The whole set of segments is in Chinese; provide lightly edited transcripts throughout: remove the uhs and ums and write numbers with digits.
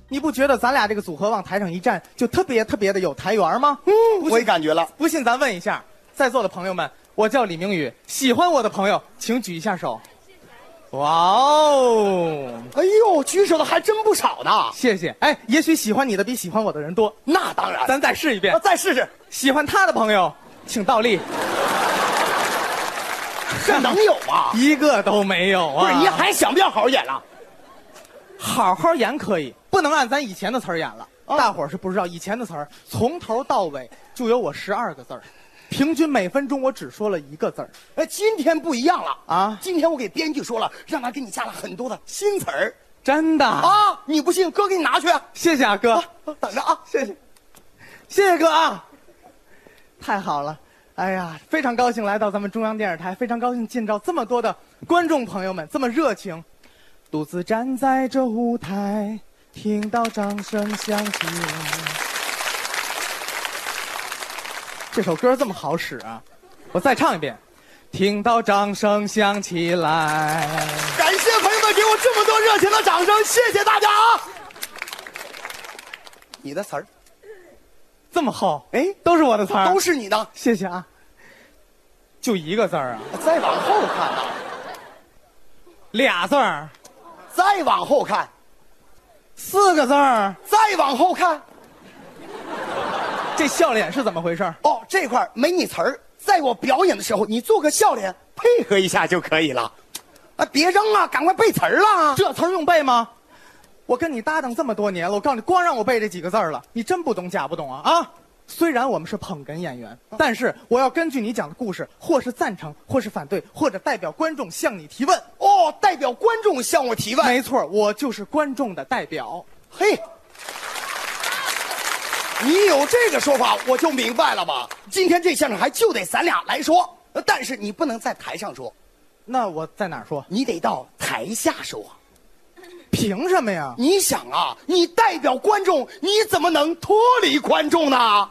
你不觉得咱俩这个组合往台上一站，就特别特别的有台缘吗？ 我也感觉了。 不信咱问一下，在座的朋友们，我叫李明宇，喜欢我的朋友请举一下手。哇哦！ 哎呦，举手的还真不少呢。 谢谢。哎，也许喜欢你的比喜欢我的人多。 那当然。 咱再试一遍。 再试试。 喜欢他的朋友，请倒立。 这能有吗？ 一个都没有啊！ 不是，你还想不想好好演了？ 好好演可以，不能按咱以前的词儿演了。大伙儿是不知道，以前的词儿从头到尾就有我12个字儿，平均每分钟我只说了1个字儿。 哎，今天不一样了啊！ 今天我给编剧说了，让他给你加了很多的新词儿。 真的啊！你不信，哥给你拿去。 谢谢啊，哥。 等着啊， 谢谢，谢谢哥啊！太好了。哎呀，非常高兴来到咱们中央电视台，非常高兴见到这么多的观众朋友们，这么热情。独自站在这舞台，听到掌声响起来。这首歌这么好使啊！我再唱一遍，听到掌声响起来。 感谢朋友们给我这么多热情的掌声，谢谢大家啊！你的词儿。 这么厚， 哎， 都是我的词儿， 都是你的， 谢谢啊。就1个字儿啊？ 再往后看呐 ，2字儿， 再往后看 ，4个字儿， 再往后看。 这笑脸是怎么回事？ 哦，这块没你词儿，在我表演的时候，你做个笑脸，配合一下就可以了。啊，别扔啊，赶快背词儿了。 这词儿用背吗？我跟你搭档这么多年了，我告诉你，光让我背这几个字儿了，你真不懂假不懂啊啊！虽然我们是捧哏演员，但是我要根据你讲的故事，或是赞成，或是反对，或者代表观众向你提问。 哦，代表观众向我提问。 没错，我就是观众的代表。 嘿，你有这个说法，我就明白了吧？今天这相声还就得咱俩来说，但是你不能在台上说。 那我在哪儿说？ 你得到台下说。 凭什么呀？ 你想啊，你代表观众，你怎么能脱离观众呢？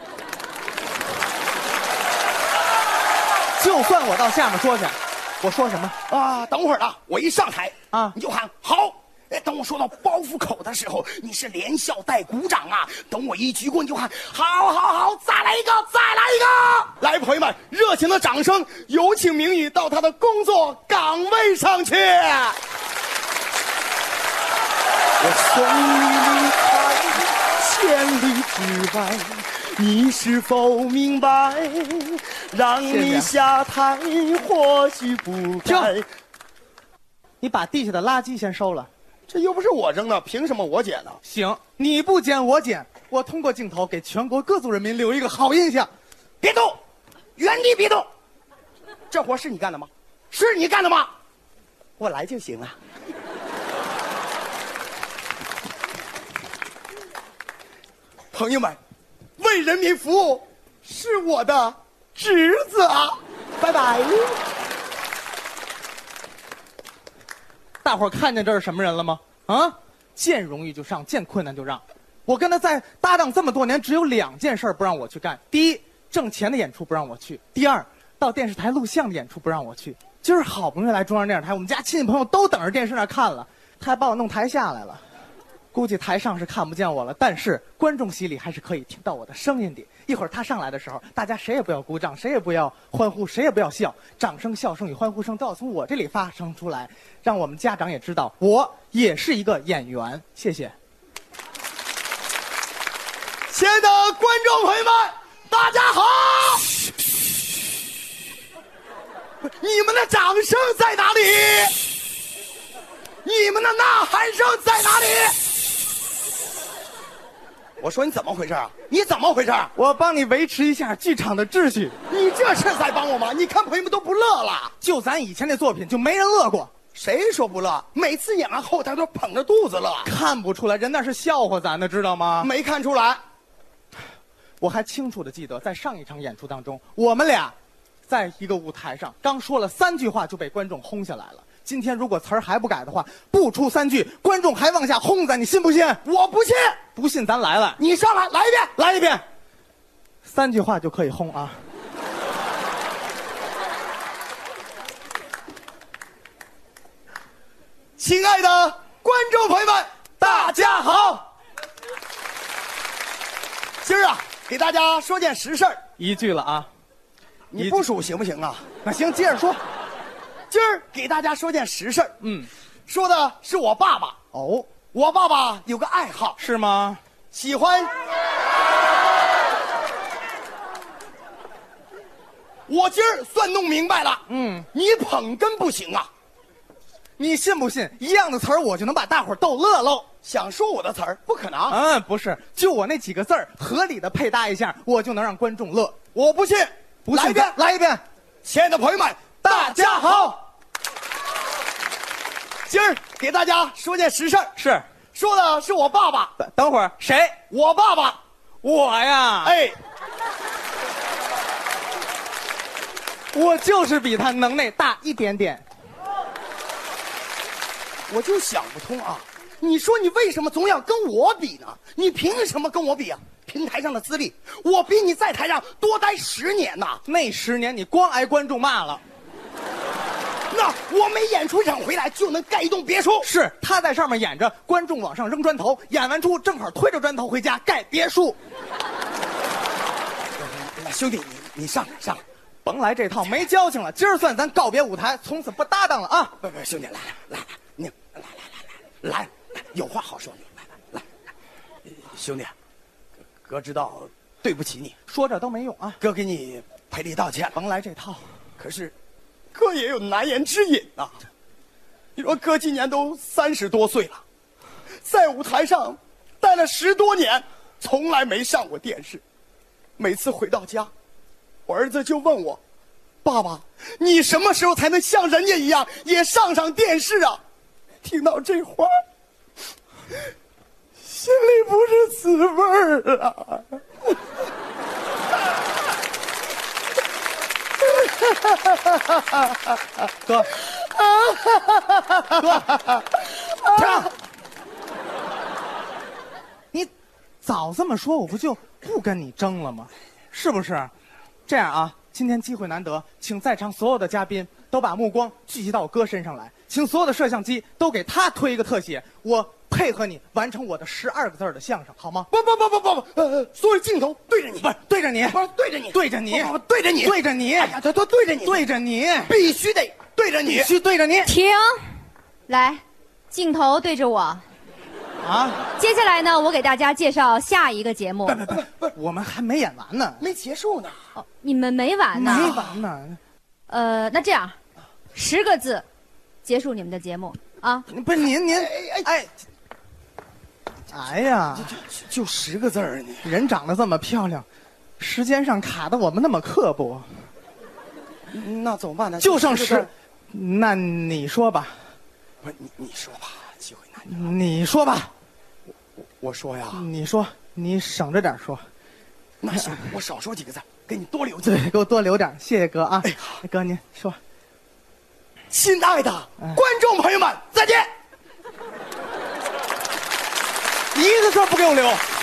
就算我到下面说去，我说什么啊？等会儿啊，我一上台啊， 你就喊好。哎，等我说到包袱口的时候，你是连笑带鼓掌啊。等我一鞠躬，你就喊好，好，好，再来一个，再来一个。来，朋友们，热情的掌声，有请明宇到他的工作岗位上去。我送你离开千里之外，你是否明白？让你下台或许不该。 你把地下的垃圾先收了。 这又不是我扔的，凭什么我捡呢？ 行，你不捡我捡，我通过镜头给全国各族人民留一个好印象。 别动，原地别动。这活是你干的吗？是你干的吗？我来就行了。朋友们，为人民服务是我的职责。拜拜。 大伙儿看见这是什么人了吗？啊，见容易就上，见困难就让。我跟他在搭档这么多年，只有2件事不让我去干：第一，挣钱的演出不让我去；第二，到电视台录像的演出不让我去。今儿好不容易来中央电视台，我们家亲戚朋友都等着电视那看了，他还把我弄台下来了。估计台上是看不见我了，但是观众席里还是可以听到我的声音的。一会儿他上来的时候，大家谁也不要鼓掌，谁也不要欢呼，谁也不要笑，掌声、笑声与欢呼声都要从我这里发生出来，让我们家长也知道我也是一个演员。谢谢。 亲爱的观众朋友们，大家好！你们的掌声在哪里？你们的呐喊声在哪里？我说你怎么回事啊？你怎么回事？ 我帮你维持一下剧场的秩序。 你这是在帮我吗？你看朋友们都不乐了。 就咱以前那作品就没人乐过。 谁说不乐？每次演完后台都捧着肚子乐。 看不出来，人那是笑话咱的，知道吗？ 没看出来。 我还清楚的记得，在上一场演出当中，我们俩在一个舞台上刚说了3句话就被观众轰下来了。今天如果词儿还不改的话，不出3句，观众还往下轰咱，你信不信？ 我不信。 不信咱来了。 你上来，来一遍， 来一遍。3句话就可以轰啊。 亲爱的观众朋友们，大家好。 给大家说件实事儿。 一句了啊， 你不数行不行啊？ 那行，接着说。 今儿给大家说件实事儿。说的是我爸爸。 哦， 我爸爸有个爱好， 是吗？ 喜欢。我今儿算弄明白了。你捧哏不行啊。 你信不信？一样的词儿，我就能把大伙儿逗乐喽。 想说我的词儿，不可能。 不是，就我那几个字儿，合理的配搭一下，我就能让观众乐。 我不信， 不信来一遍， 来一遍。 亲爱的朋友们，大家好。今儿给大家说件实事儿， 是， 说的是我爸爸。 等会儿谁？ 我爸爸。 我呀， 哎， 我就是比他能耐大一点点。 我就想不通啊！你说你为什么总要跟我比呢？你凭什么跟我比啊？平台上的资历，我比你在台上多待10年呐。 那10年你光挨观众骂了。 那我每演出一场回来就能盖一栋别墅。 是，他在上面演着，观众往上扔砖头，演完出正好推着砖头回家盖别墅。 兄弟，你上来， 甭来这套，没交情了。今儿算咱告别舞台，从此不搭档了啊！ 不，兄弟，来，你来，有话好说。来，兄弟，哥知道对不起你， 说这都没用啊。 哥给你赔礼道歉。 甭来这套， 可是，哥也有难言之隐呐。你说哥今年都30多岁了，在舞台上待了10多年，从来没上过电视。每次回到家，我儿子就问我：“爸爸，你什么时候才能像人家一样也上电视啊？”听到这话，心里不是滋味儿啊！ 哥，停！你早这么说，我不就不跟你争了吗？是不是？这样啊，今天机会难得，请在场所有的嘉宾都把目光聚集到我哥身上来，请所有的摄像机都给他推一个特写，我配合你完成我的12个字的相声，好吗？ 不，所有镜头对着你， 不是对着你， 不是对着你， 对着你， 对着你， 对着你， 哎呀，都对着你， 对着你， 必须得对着你， 必须对着你。 停，来，镜头对着我。 啊！ 接下来呢，我给大家介绍下一个节目。 不，我们还没演完呢， 没结束呢。 哦，你们没完呢？ 没完呢。 那这样，10个字，结束你们的节目啊！ 不是您，哎呀， 就10个字儿，你人长得这么漂亮，时间上卡的我们那么刻薄， 那怎么办呢？ 就剩10，那你说吧。 不是你说吧，机会难得。 你说吧。 我说呀。 你说，你省着点说。 那行，我少说几个字，给你多留几个。 对，给我多留点，谢谢哥啊。 哎， 哥您说。 亲爱的观众朋友们，再见。 一个字不给我留。